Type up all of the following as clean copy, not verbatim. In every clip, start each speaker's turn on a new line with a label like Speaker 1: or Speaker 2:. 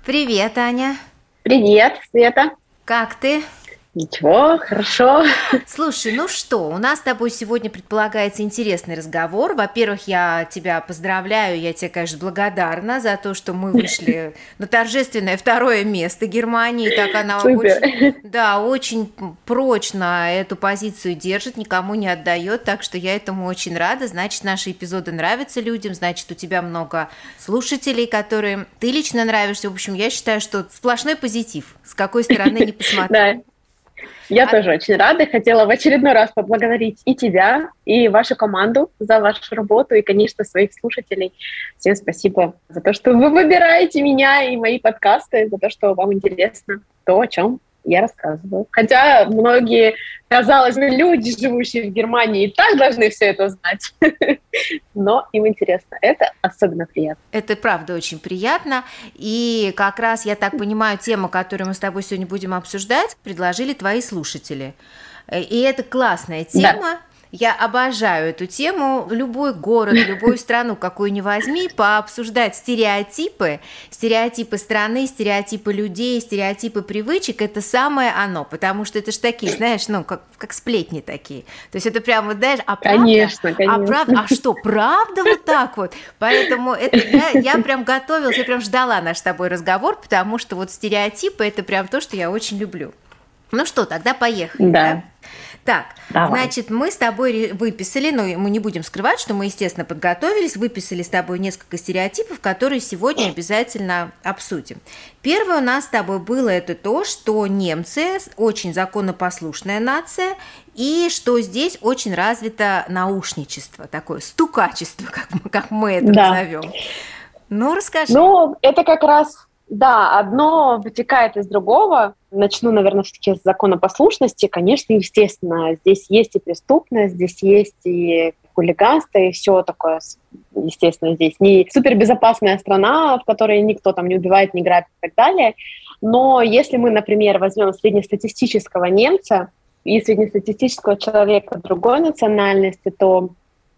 Speaker 1: Привет, Аня.
Speaker 2: Привет, Света.
Speaker 1: Как ты?
Speaker 2: Ничего, хорошо.
Speaker 1: Слушай, ну что, у нас с тобой сегодня предполагается интересный разговор. Во-первых, я тебя поздравляю, я тебе, конечно, благодарна за то, что мы вышли на торжественное второе место Германии. Так она
Speaker 2: Супер.
Speaker 1: очень прочно эту позицию держит, никому не отдает, так что я этому очень рада. Значит, наши эпизоды нравятся людям, значит, у тебя много слушателей, которым ты лично нравишься. В общем, я считаю, что сплошной позитив, с какой стороны ни посмотри.
Speaker 2: Да, я тоже очень рада. Хотела в очередной раз поблагодарить и тебя, и вашу команду за вашу работу, и, конечно, своих слушателей. Всем спасибо за то, что вы выбираете меня и мои подкасты, за то, что вам интересно то, о чем я рассказываю. Хотя многие, казалось бы, люди, живущие в Германии, и так должны все это знать. Но им интересно. Это особенно приятно.
Speaker 1: Это правда очень приятно. И как раз, я так понимаю, тему, которую мы с тобой сегодня будем обсуждать, предложили твои слушатели. И это классная тема. Да. Я обожаю эту тему. Любой город, любую страну, какую ни возьми, пообсуждать стереотипы страны, стереотипы людей, стереотипы привычек – это самое оно, потому что это ж такие, знаешь, ну, как сплетни такие. То есть это прямо, знаешь, а правда?
Speaker 2: Конечно.
Speaker 1: А что, правда вот так вот? Поэтому это я прям готовилась, я прям ждала наш с тобой разговор, потому что вот стереотипы – это прям то, что я очень люблю. Ну что, тогда поехали, да? Так, давай. Значит, мы с тобой выписали, но мы не будем скрывать, что мы, естественно, подготовились, выписали с тобой несколько стереотипов, которые сегодня обязательно обсудим. Первое у нас с тобой было это то, что немцы очень законопослушная нация, и что здесь очень развито наушничество, такое стукачество, как мы это назовем. Ну, расскажи.
Speaker 2: Ну, это как раз... Да, одно вытекает из другого. Начну, наверное, все-таки с законопослушности. Конечно, естественно, здесь есть и преступность, здесь есть и хулиганство, и все такое. Естественно, здесь не супербезопасная страна, в которой никто там не убивает, не грабит и так далее. Но если мы, например, возьмем среднестатистического немца и среднестатистического человека другой национальности, то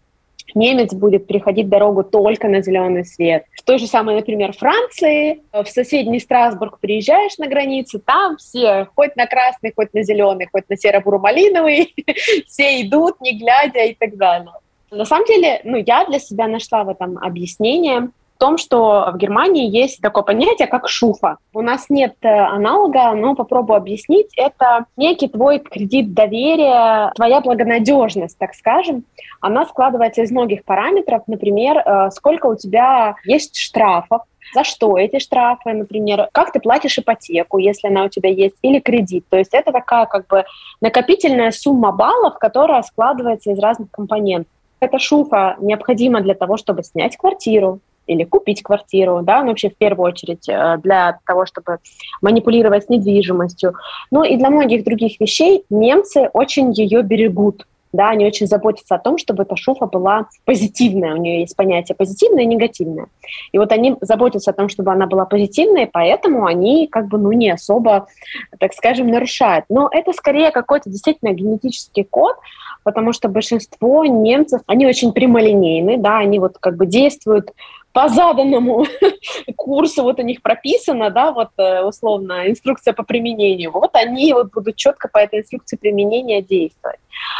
Speaker 2: немец будет переходить дорогу только на зеленый свет. В той же самой, например, Франции, в соседний Страсбург приезжаешь на границу, там все хоть на красный, хоть на зеленый, хоть на серо-буро-малиновый, все идут, не глядя и так далее. На самом деле, я для себя нашла в этом объяснение в том, что в Германии есть такое понятие, как шуфа. У нас нет аналога, но попробую объяснить. Это некий твой кредит доверия, твоя благонадежность, так скажем. Она складывается из многих параметров. Например, сколько у тебя есть штрафов, за что эти штрафы, например, как ты платишь ипотеку, если она у тебя есть, или кредит. То есть это такая как бы накопительная сумма баллов, которая складывается из разных компонентов. Эта шуфа необходима для того, чтобы снять квартиру, или купить квартиру, да, вообще в первую очередь для того, чтобы манипулировать недвижимостью. Ну и для многих других вещей немцы очень ее берегут, да, они очень заботятся о том, чтобы эта шуфа была позитивная, у нее есть понятие позитивное и негативное. И вот они заботятся о том, чтобы она была позитивной, поэтому они как бы, не особо, так скажем, нарушают. Но это скорее какой-то действительно генетический код, потому что большинство немцев, они очень прямолинейны, да, они вот как бы действуют по заданному курсу, вот у них прописано, да, вот условно инструкция по применению, вот они вот будут четко по этой инструкции применения действовать.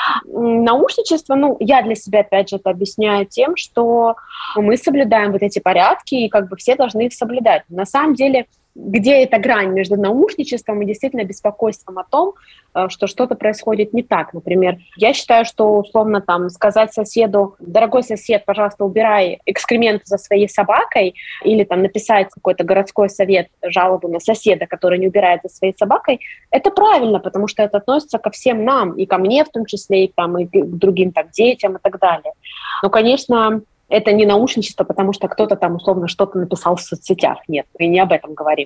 Speaker 2: Наушничество, я для себя, опять же, это объясняю тем, что мы соблюдаем вот эти порядки, и как бы все должны их соблюдать. На самом деле, где эта грань между наушничеством и действительно беспокойством о том, что что-то происходит не так. Например, я считаю, что условно там сказать соседу: дорогой сосед, пожалуйста, убирай экскременты за своей собакой, или там написать какой-то городской совет жалобу на соседа, который не убирает за своей собакой, это правильно, потому что это относится ко всем нам, и ко мне в том числе, и к другим там детям и так далее. Но, конечно, это не наушничество, потому что кто-то там условно что-то написал в соцсетях. Нет, мы не об этом говорим.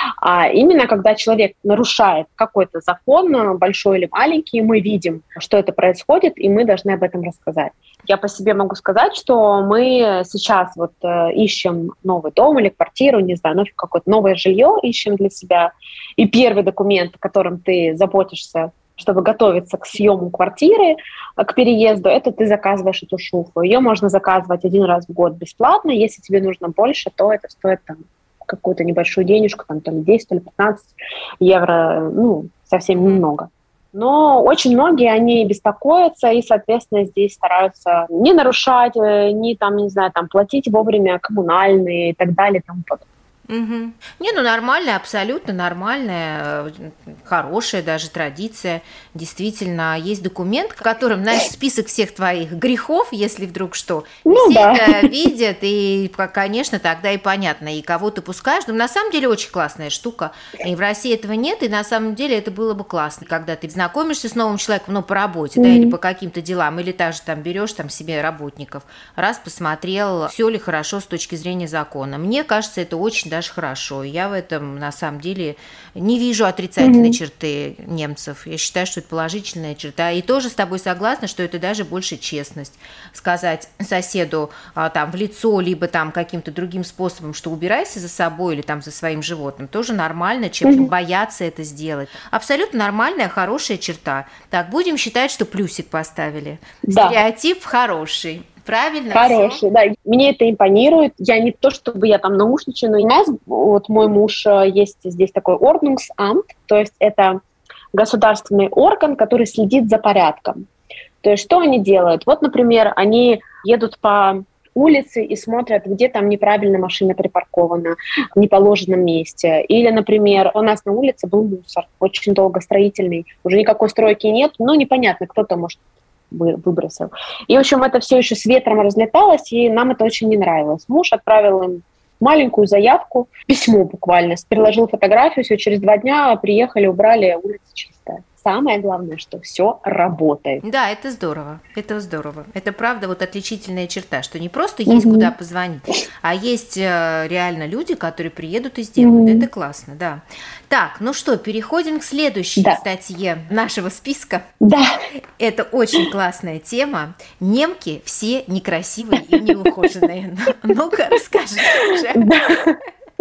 Speaker 2: А именно когда человек нарушает какой-то закон, большой или маленький, мы видим, что это происходит, и мы должны об этом рассказать. Я по себе могу сказать, что мы сейчас вот ищем новый дом или квартиру, не знаю, какое-то новое жилье ищем для себя. И первый документ, о котором ты заботишься, чтобы готовиться к съему квартиры, к переезду, это ты заказываешь эту шуфу. Ее можно заказывать один раз в год бесплатно. Если тебе нужно больше, то это стоит там какую-то небольшую денежку, там, то ли 10, то ли 15 евро, ну, совсем немного. Но очень многие, они беспокоятся и, соответственно, здесь стараются не нарушать, не там, не знаю, там, платить вовремя коммунальные и так далее и тому подобное.
Speaker 1: Угу. Не, ну нормальная, абсолютно нормальная, хорошая даже традиция. Действительно, есть документ, в котором, знаешь, список всех твоих грехов, если вдруг что.
Speaker 2: Ну,
Speaker 1: все
Speaker 2: да.
Speaker 1: это видят, и, конечно, тогда и понятно, и кого ты пускаешь. Но на самом деле очень классная штука. И в России этого нет, и на самом деле это было бы классно, когда ты знакомишься с новым человеком, ну, по работе, да, или по каким-то делам, или также там берешь там себе работников, раз посмотрел, все ли хорошо с точки зрения закона. Мне кажется, это очень даже хорошо. Я в этом, на самом деле, не вижу отрицательной черты немцев. Я считаю, что это положительная черта. И тоже с тобой согласна, что это даже больше честность. Сказать соседу там в лицо, либо там каким-то другим способом, что убирайся за собой или там за своим животным, тоже нормально, чем бояться это сделать. Абсолютно нормальная, хорошая черта. Так, будем считать, что плюсик поставили.
Speaker 2: Да.
Speaker 1: Стереотип хороший. Правильно?
Speaker 2: Хороший,
Speaker 1: все?
Speaker 2: да. Мне это импонирует. Я не то, чтобы я там наушничаю, но у нас, вот мой муж, есть здесь такой Ordnungsamt, то есть это государственный орган, который следит за порядком. То есть что они делают? Вот, например, они едут по улице и смотрят, где там неправильно машина припаркована, в неположенном месте. Или, например, у нас на улице был мусор, очень долго строительный, уже никакой стройки нет, но непонятно, кто-то, может, выбросил. И, в общем, это все еще с ветром разлеталось, и нам это очень не нравилось. Муж отправил им маленькую заявку, письмо буквально, приложил фотографию, все, через 2 дня приехали, убрали, улица чистая. Самое главное, что все работает.
Speaker 1: Да, это здорово, это здорово. Это правда вот отличительная черта, что не просто есть куда позвонить, а есть реально люди, которые приедут и сделают. Это классно, да. Так, ну что, переходим к следующей статье нашего списка.
Speaker 2: Да.
Speaker 1: Это очень классная тема. Немки все некрасивые и неухоженные. Ну-ка, расскажи уже.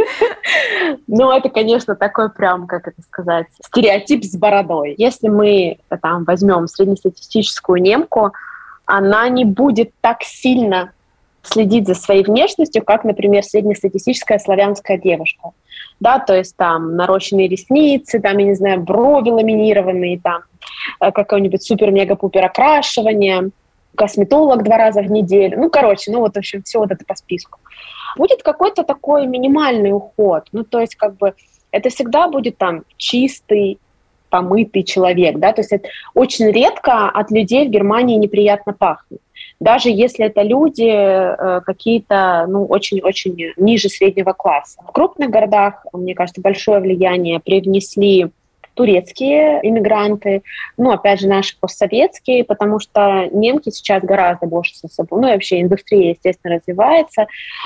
Speaker 2: Ну, это, конечно, такой прям, как это сказать, стереотип с бородой. Если мы там возьмем среднестатистическую немку, она не будет так сильно следить за своей внешностью, как, например, среднестатистическая славянская девушка. Да, то есть там нарощенные ресницы, там, я не знаю, брови ламинированные, там какое-нибудь супер-мега-пупер окрашивание, косметолог 2 раза в неделю. Ну, короче, ну вот, в общем, все вот это по списку. Будет какой-то такой минимальный уход. Ну, то есть, как бы, это всегда будет там чистый, помытый человек, да, то есть это очень редко от людей в Германии неприятно пахнет. Даже если это люди какие-то, ну, очень-очень ниже среднего класса. В крупных городах, мне кажется, большое влияние привнесли турецкие иммигранты, ну, опять же, наши постсоветские, потому что немки сейчас гораздо больше за собой, ну, и вообще индустрия, естественно, развивается,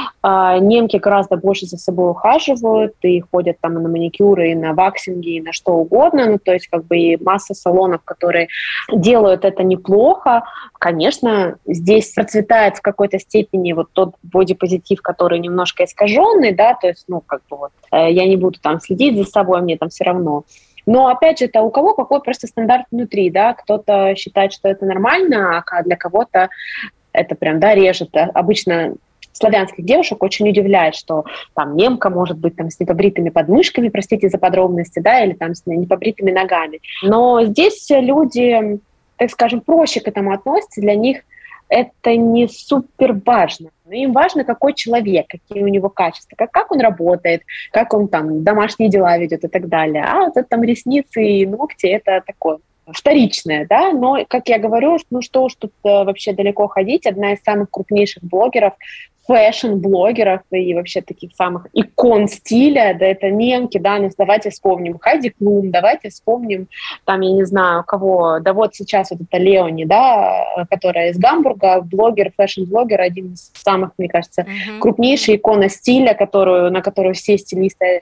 Speaker 2: немки гораздо больше за собой ухаживают и ходят там и на маникюры, и на ваксинги, и на что угодно, ну, то есть как бы и масса салонов, которые делают это неплохо. Конечно, здесь процветает в какой-то степени вот тот бодипозитив, который немножко искаженный, да, то есть, ну, как бы вот, я не буду там следить за собой, мне там все равно. Но, опять же, это у кого какой просто стандарт внутри, да, кто-то считает, что это нормально, а для кого-то это прям, да, режет. Обычно славянских девушек очень удивляет, что там немка может быть там с непобритыми подмышками, простите за подробности, да, или там с непобритыми ногами. Но здесь люди, так скажем, проще к этому относятся, для них это не супер важно. Но им важно, какой человек, какие у него качества, как он работает, как он там домашние дела ведет и так далее. А вот это там ресницы и ногти – это такое вторичное, да, но, как я говорю, ну что уж тут вообще далеко ходить, одна из самых крупнейших блогеров, фэшн-блогеров и вообще таких самых икон стиля, да, это немки, да, ну давайте вспомним Хайди Клум, давайте вспомним, там, я не знаю, кого, да вот сейчас вот это Леони, да, которая из Гамбурга, блогер, фэшн-блогер, один из самых, мне кажется, крупнейших икона стиля, на которую все стилисты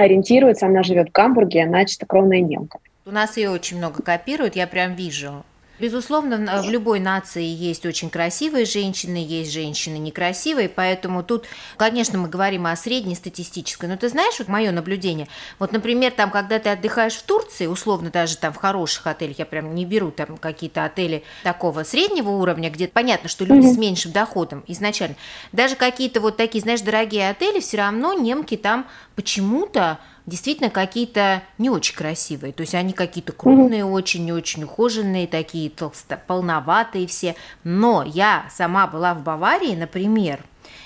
Speaker 2: ориентируются, она живет в Гамбурге, она чистокровная немка.
Speaker 1: У нас ее очень много копируют, я прям вижу. Безусловно, в любой нации есть очень красивые женщины, есть женщины некрасивые, поэтому тут, конечно, мы говорим о среднестатистической, но ты знаешь, вот мое наблюдение, вот, например, там, когда ты отдыхаешь в Турции, условно, даже там в хороших отелях, я прям не беру там какие-то отели такого среднего уровня, где понятно, что люди с меньшим доходом изначально, даже какие-то вот такие, знаешь, дорогие отели, все равно немки там почему-то действительно какие-то не очень красивые. То есть они какие-то крупные, очень-очень ухоженные, такие полноватые все. Но я сама была в Баварии, например,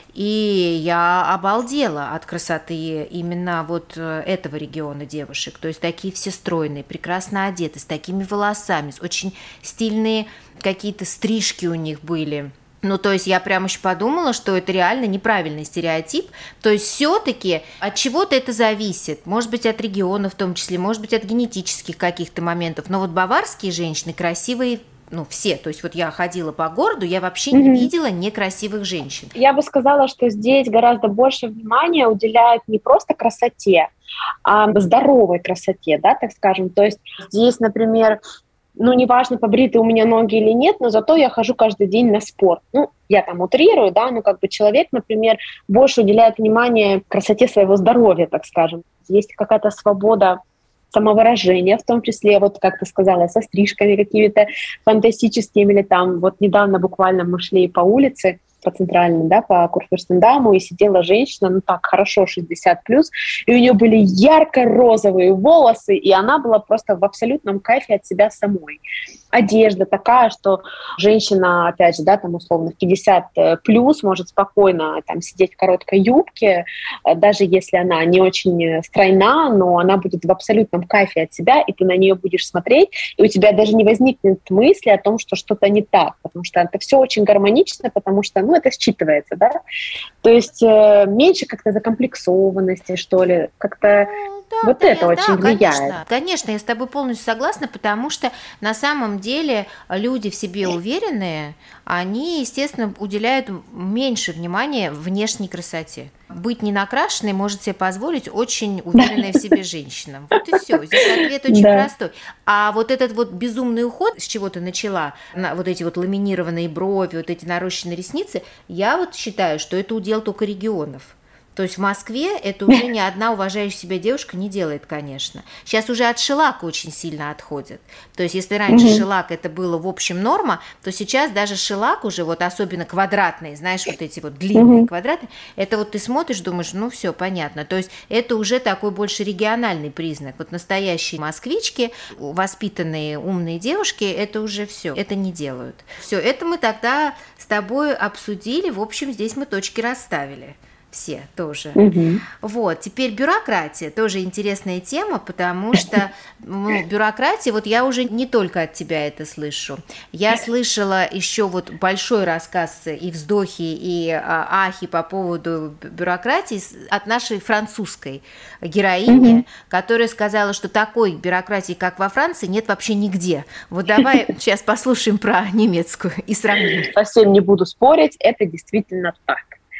Speaker 1: и я обалдела от красоты именно вот этого региона девушек. То есть такие все стройные, прекрасно одеты, с такими волосами, с очень стильные какие-то стрижки у них были. Ну, то есть я прям еще подумала, что это реально неправильный стереотип. То есть все-таки от чего-то это зависит. Может быть, от региона в том числе, может быть, от генетических каких-то моментов. Но вот баварские женщины красивые, ну, все. То есть вот я ходила по городу, я вообще не видела некрасивых женщин.
Speaker 2: Я бы сказала, что здесь гораздо больше внимания уделяют не просто красоте, а здоровой красоте, да, так скажем. То есть здесь, например, ну, неважно, побриты у меня ноги или нет, но зато я хожу каждый день на спорт. Ну, я там утрирую, да, но как бы человек, например, больше уделяет внимание красоте своего здоровья, так скажем. Есть какая-то свобода самовыражения, в том числе, вот как ты сказала, со стрижками какими-то фантастическими, или там, вот недавно буквально мы шли по улице, по центральной, да, по Курфюрстендаму, и сидела женщина, ну так, хорошо, 60+, и у нее были ярко-розовые волосы, и она была просто в абсолютном кайфе от себя самой. Одежда такая, что женщина, опять же, да, там условно в 50+, может спокойно там сидеть в короткой юбке, даже если она не очень стройна, но она будет в абсолютном кайфе от себя, и ты на нее будешь смотреть, и у тебя даже не возникнет мысли о том, что что-то не так, потому что это все очень гармонично, потому что, ну, это считывается, да, то есть меньше как-то закомплексованности, что ли, как-то
Speaker 1: Да,
Speaker 2: вот это очень влияет.
Speaker 1: Конечно, конечно, я с тобой полностью согласна, потому что на самом деле люди в себе уверенные, они, естественно, уделяют меньше внимания внешней красоте. Быть не накрашенной может себе позволить очень уверенная в себе женщина. Вот и все. Здесь ответ очень простой. А вот этот вот безумный уход, с чего ты начала, вот эти вот ламинированные брови, вот эти нарощенные ресницы, я вот считаю, что это удел только регионов. То есть в Москве это уже ни одна уважающая себя девушка не делает, конечно. Сейчас уже от шелака очень сильно отходят. То есть если раньше шелак это было в общем норма, то сейчас даже шелак уже, вот особенно квадратный, знаешь, вот эти вот длинные квадраты, это вот ты смотришь, думаешь, ну все, понятно. То есть это уже такой больше региональный признак. Вот настоящие москвички, воспитанные умные девушки, это уже все, это не делают. Все, это мы тогда с тобой обсудили, в общем, здесь мы точки расставили. Все тоже. Вот, теперь бюрократия, тоже интересная тема, потому что бюрократия, вот я уже не только от тебя это слышу. Я слышала еще вот большой рассказ и вздохи, и ахи по поводу бюрократии от нашей французской героини, которая сказала, что такой бюрократии, как во Франции, нет вообще нигде. Вот давай сейчас послушаем про немецкую и сравним.
Speaker 2: Совсем не буду спорить, это действительно так.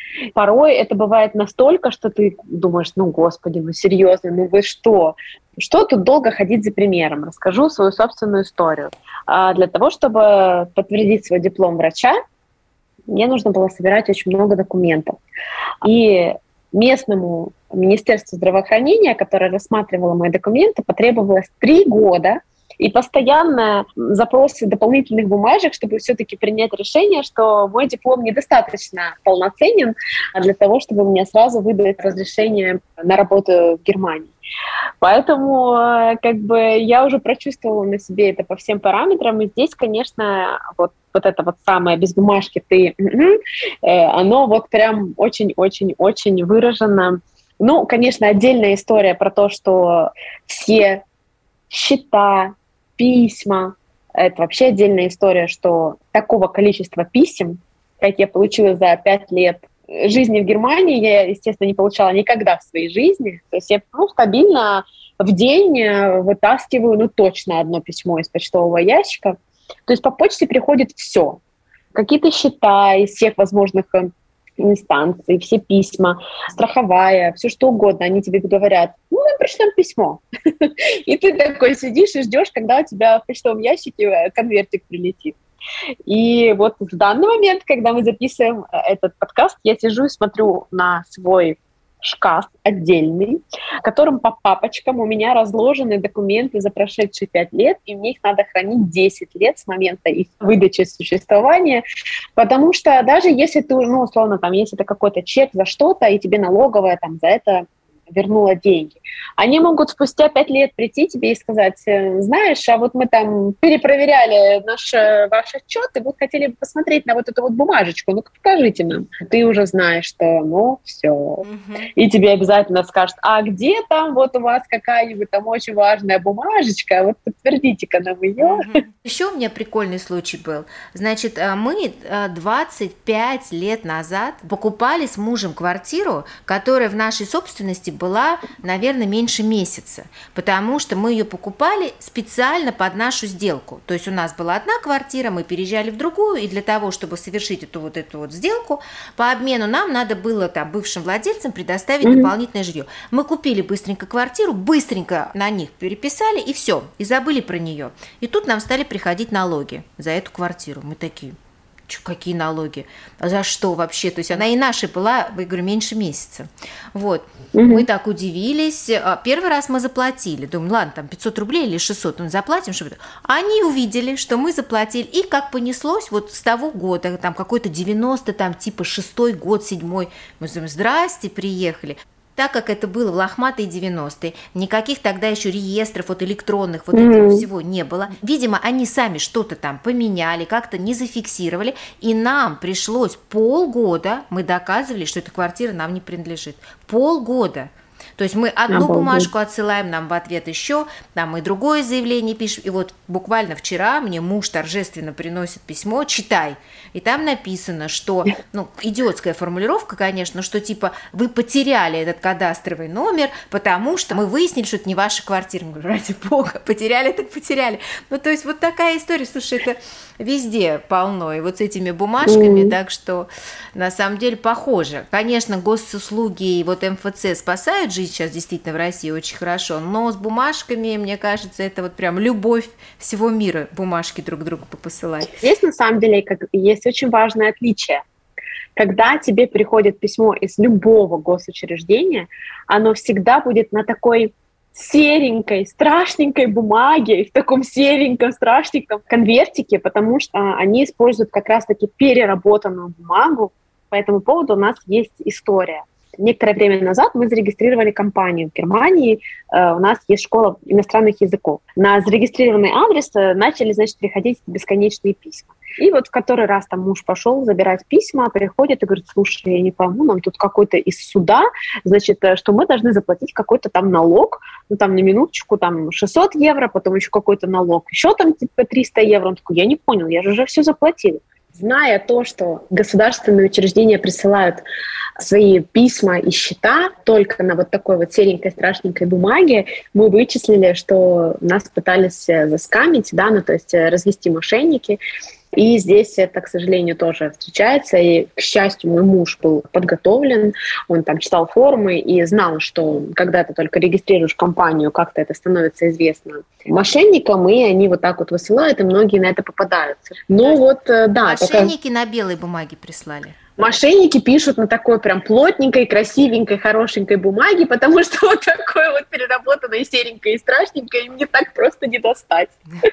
Speaker 2: Порой это бывает настолько, что ты думаешь, ну, господи, ну, серьезно, ну, вы что? Что тут долго ходить за примером? Расскажу свою собственную историю. Для того, чтобы подтвердить свой диплом врача, мне нужно было собирать очень много документов. И местному Министерству здравоохранения, которое рассматривало мои документы, потребовалось 3 года, и постоянно запросы дополнительных бумажек, чтобы все-таки принять решение, что мой диплом недостаточно полноценен для того, чтобы мне сразу выдать разрешение на работу в Германии. Поэтому как бы я уже прочувствовала на себе это по всем параметрам, и здесь, конечно, вот это вот самое без бумажки оно вот прям очень-очень-очень выражено. Ну, конечно, отдельная история про то, что все счета, письма. Это вообще отдельная история, что такого количества писем, как я получила за 5 лет жизни в Германии, я, естественно, не получала никогда в своей жизни. То есть я стабильно в день вытаскиваю, точно одно письмо из почтового ящика. То есть по почте приходит все. Какие-то счета из всех возможных инстанции, все письма, страховая, все что угодно, они тебе говорят, ну, мы пришлем письмо. И ты такой сидишь и ждешь, когда у тебя в почтовом ящике конвертик прилетит. И вот в данный момент, когда мы записываем этот подкаст, я сижу и смотрю на свой шкаф отдельный, в котором по папочкам у меня разложены документы за прошедшие 5 лет, и мне их надо хранить 10 лет с момента их выдачи существования, потому что даже если ты, ну, условно, там, если это какой-то чек за что-то, и тебе налоговая там за это вернула деньги. Они могут спустя 5 лет прийти тебе и сказать, знаешь, а вот мы там перепроверяли ваш отчет, и вот хотели бы посмотреть на вот эту вот бумажечку, ну-ка покажите нам. Ты уже знаешь, что ну все. И тебе обязательно скажут, а где там вот у вас какая-нибудь там очень важная бумажечка, вот подтвердите-ка нам ее.
Speaker 1: Еще у меня прикольный случай был. Значит, мы 25 лет назад покупали с мужем квартиру, которая в нашей собственности была, наверное, меньше месяца, потому что мы ее покупали специально под нашу сделку. То есть у нас была одна квартира, мы переезжали в другую, и для того, чтобы совершить эту вот сделку, по обмену нам надо было там бывшим владельцам предоставить дополнительное жилье. Мы купили быстренько квартиру, быстренько на них переписали, и все, и забыли про нее. И тут нам стали приходить налоги за эту квартиру. Мы такие... Какие налоги? А за что вообще? То есть она и наша была, я говорю, меньше месяца. Вот. Мы так удивились. Первый раз мы заплатили. Думаю, ладно, там 500 рублей или 600, ну заплатим, чтобы... Они увидели, что мы заплатили. И как понеслось, вот с того года, там какой-то 90, там типа 6-й год, 7-й. Мы думаем, здрасте, приехали. Так как это было в лохматые 90-е, никаких тогда еще реестров вот электронных вот этого всего не было. Видимо, они сами что-то там поменяли, как-то не зафиксировали, и нам пришлось полгода, мы доказывали, что эта квартира нам не принадлежит. Полгода. То есть мы одну бумажку отсылаем, нам в ответ еще, там мы другое заявление пишем. И вот буквально вчера мне муж торжественно приносит письмо, читай. И там написано, что, ну, идиотская формулировка, конечно, что типа вы потеряли этот кадастровый номер, потому что мы выяснили, что это не ваша квартира. Мы говорим, ради бога, потеряли, так потеряли. Ну, то есть вот такая история, слушай, это везде полно, и вот с этими бумажками, так что на самом деле похоже. Конечно, госуслуги и вот МФЦ спасают жизнь сейчас действительно в России очень хорошо, но с бумажками, мне кажется, это вот прям любовь всего мира, бумажки друг другу посылать.
Speaker 2: Здесь на самом деле есть очень важное отличие. Когда тебе приходит письмо из любого госучреждения, оно всегда будет на такой серенькой, страшненькой бумаге, в таком сереньком, страшненьком конвертике, потому что они используют как раз-таки переработанную бумагу. По этому поводу у нас есть история. Некоторое время назад мы зарегистрировали компанию в Германии, у нас есть школа иностранных языков. На зарегистрированный адрес начали, значит, приходить бесконечные письма. И вот в который раз там муж пошел забирать письма, приходит и говорит, слушай, я не пойму, нам тут какой-то из суда, значит, что мы должны заплатить какой-то там налог, ну там на минуточку, там 600 евро, потом еще какой-то налог, еще там типа 300 евро. Он такой, я не понял, я же уже все заплатил. Зная то, что государственные учреждения присылают свои письма и счета только на вот такой вот серенькой, страшненькой бумаге, мы вычислили, что нас пытались заскамить, да, ну то есть развести мошенники. И здесь это, к сожалению, тоже встречается. И, к счастью, мой муж был подготовлен, он там читал формы и знал, что когда ты только регистрируешь компанию, как-то это становится известно мошенникам, и они вот так вот высылают, и многие на это попадаются. Но вот, да.
Speaker 1: Мошенники на белой бумаге прислали.
Speaker 2: Мошенники пишут на такой прям плотненькой, красивенькой, хорошенькой бумаге, потому что вот такой вот переработанной, серенькой и страшненькой им не так просто не достать,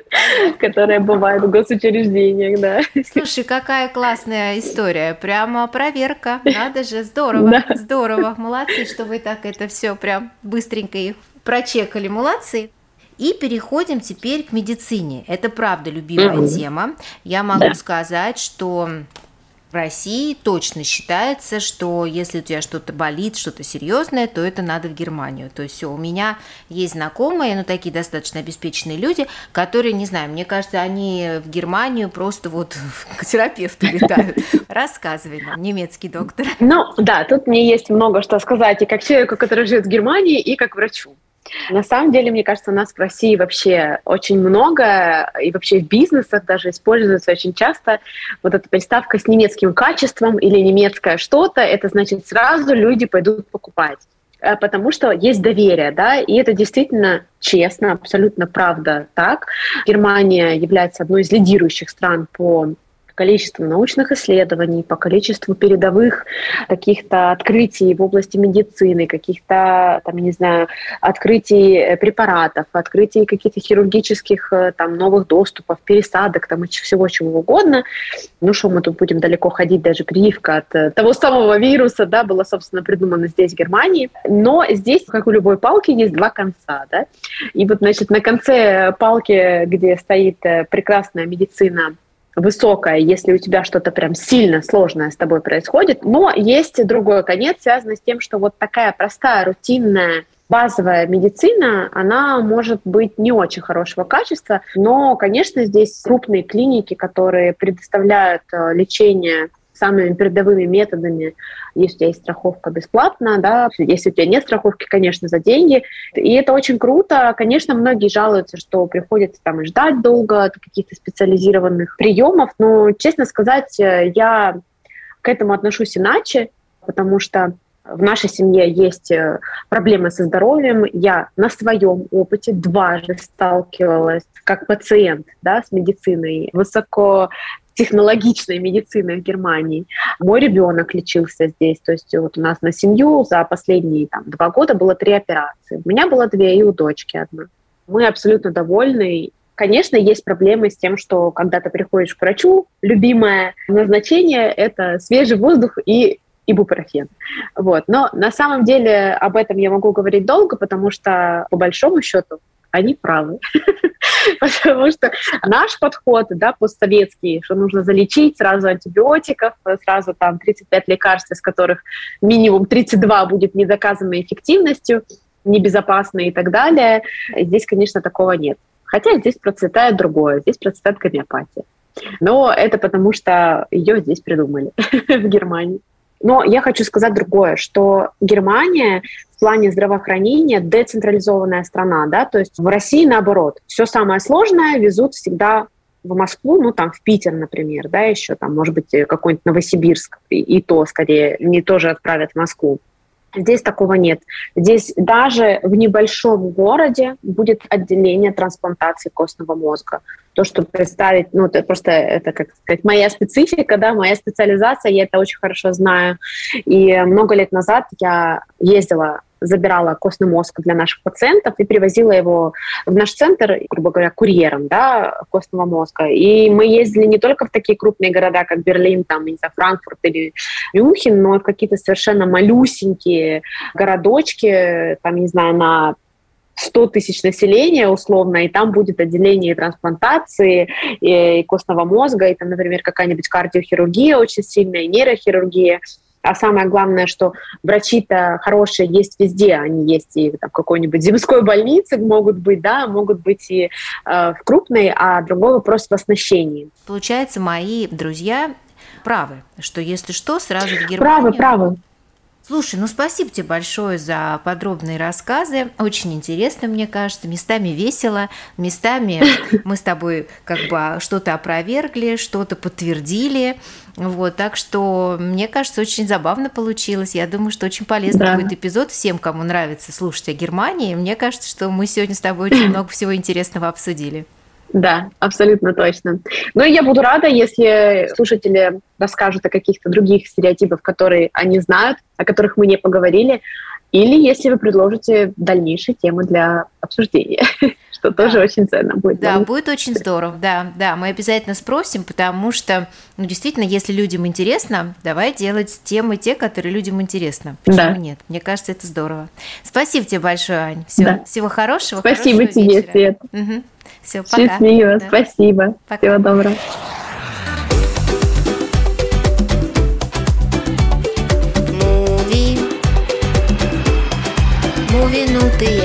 Speaker 2: которая бывает в госучреждениях, да.
Speaker 1: Слушай, какая классная история, прямо проверка, надо же, здорово, здорово, молодцы, что вы так это все прям быстренько их прочекали, молодцы. И переходим теперь к медицине. Это правда любимая тема. Я могу сказать, что в России точно считается, что если у тебя что-то болит, что-то серьезное, то это надо в Германию. То есть все, у меня есть знакомые, ну такие достаточно обеспеченные люди, которые, не знаю, мне кажется, они в Германию просто вот к терапевту летают. Рассказывай нам, немецкий доктор.
Speaker 2: Ну да, тут мне есть много что сказать и как человеку, который живет в Германии, и как врачу. На самом деле, мне кажется, у нас в России вообще очень много, и вообще в бизнесах даже используется очень часто вот эта приставка с немецким качеством или немецкое что-то, это значит сразу люди пойдут покупать. Потому что есть доверие, да, и это действительно честно, абсолютно правда так. Германия является одной из лидирующих стран по количеству научных исследований, по количеству передовых каких-то открытий в области медицины, каких-то, там, я не знаю, открытий препаратов, открытий каких-то хирургических там, новых доступов, пересадок, там, и всего чего угодно. Ну что мы тут будем далеко ходить, даже прививка от того самого вируса, да, была, собственно, придумана здесь, в Германии. Но здесь, как у любой палки, есть два конца, да. И вот, значит, на конце палки, где стоит прекрасная медицина, высокая, если у тебя что-то прям сильно сложное с тобой происходит. Но есть другой конец, связанный с тем, что вот такая простая, рутинная, базовая медицина, она может быть не очень хорошего качества, но, конечно, здесь крупные клиники, которые предоставляют лечение самыми передовыми методами. Если у тебя есть страховка, бесплатно, да, если у тебя нет страховки, конечно, за деньги. И это очень круто. Конечно, многие жалуются, что приходится там и ждать долго каких-то специализированных приемов, но, честно сказать, я к этому отношусь иначе, потому что в нашей семье есть проблемы со здоровьем. Я на своем опыте дважды сталкивалась как пациент, да, с медициной, высокотехнологичной медициной в Германии. Мой ребенок лечился здесь. То есть вот у нас на семью за последние 2 года было 3 операции. У меня было 2, и у дочки 1. Мы абсолютно довольны. Конечно, есть проблемы с тем, что когда ты приходишь к врачу, любимое назначение – это свежий воздух и ибупрофен. Вот. Но на самом деле об этом я могу говорить долго, потому что, по большому счету, они правы. Потому что наш подход, да, постсоветский, что нужно залечить сразу антибиотиков, сразу там 35 лекарств, из которых минимум 32 будет недоказанной эффективностью, небезопасной и так далее. Здесь, конечно, такого нет. Хотя здесь процветает другое, здесь процветает гомеопатия. Но это потому, что ее здесь придумали, в Германии. Но я хочу сказать другое, что Германия в плане здравоохранения децентрализованная страна, да, то есть в России наоборот, все самое сложное везут всегда в Москву, ну там в Питер, например, да, еще там, может быть, какой-нибудь Новосибирск, и то скорее не тоже отправят в Москву. Здесь такого нет. Здесь даже в небольшом городе будет отделение трансплантации костного мозга. То, что представить, ну, это просто, это, как сказать, моя специфика, да, моя специализация, я это очень хорошо знаю. И много лет назад я ездила, забирала костный мозг для наших пациентов и привозила его в наш центр, грубо говоря, курьером, да, костного мозга. И мы ездили не только в такие крупные города, как Берлин, там, не знаю, Франкфурт или Мюнхен, но и в какие-то совершенно малюсенькие городочки, там, не знаю, на 100 тысяч населения условно, и там будет отделение трансплантации, и костного мозга, и там, например, какая-нибудь кардиохирургия очень сильная, нейрохирургия. А самое главное, что врачи-то хорошие есть везде, они есть и в какой-нибудь земской больнице могут быть, да, могут быть и в крупной, а другой вопрос в оснащении.
Speaker 1: Получается, мои друзья правы, что если что, сразу в Германию...
Speaker 2: Правы.
Speaker 1: Слушай, ну спасибо тебе большое за подробные рассказы. Очень интересно, мне кажется. Местами весело, местами мы с тобой как бы что-то опровергли, что-то подтвердили. Вот, так что, мне кажется, очень забавно получилось. Я думаю, что очень полезный будет эпизод всем, кому нравится слушать о Германии. Мне кажется, что мы сегодня с тобой очень много всего интересного обсудили.
Speaker 2: Да, абсолютно точно. Ну и я буду рада, если слушатели расскажут о каких-то других стереотипах, которые они знают, о которых мы не поговорили, или если вы предложите дальнейшие темы для обсуждения, что тоже очень ценно будет.
Speaker 1: Да, будет очень здорово, да, мы обязательно спросим, потому что, ну, действительно, если людям интересно, давай делать темы те, которые людям интересны. Почему нет? Мне кажется, это здорово. Спасибо тебе большое, Ань. Всего хорошего.
Speaker 2: Спасибо тебе, Свет.
Speaker 1: Все, пока.
Speaker 2: Счастливо, спасибо.
Speaker 1: Пока.
Speaker 2: Всего доброго.
Speaker 1: Муви-нуты.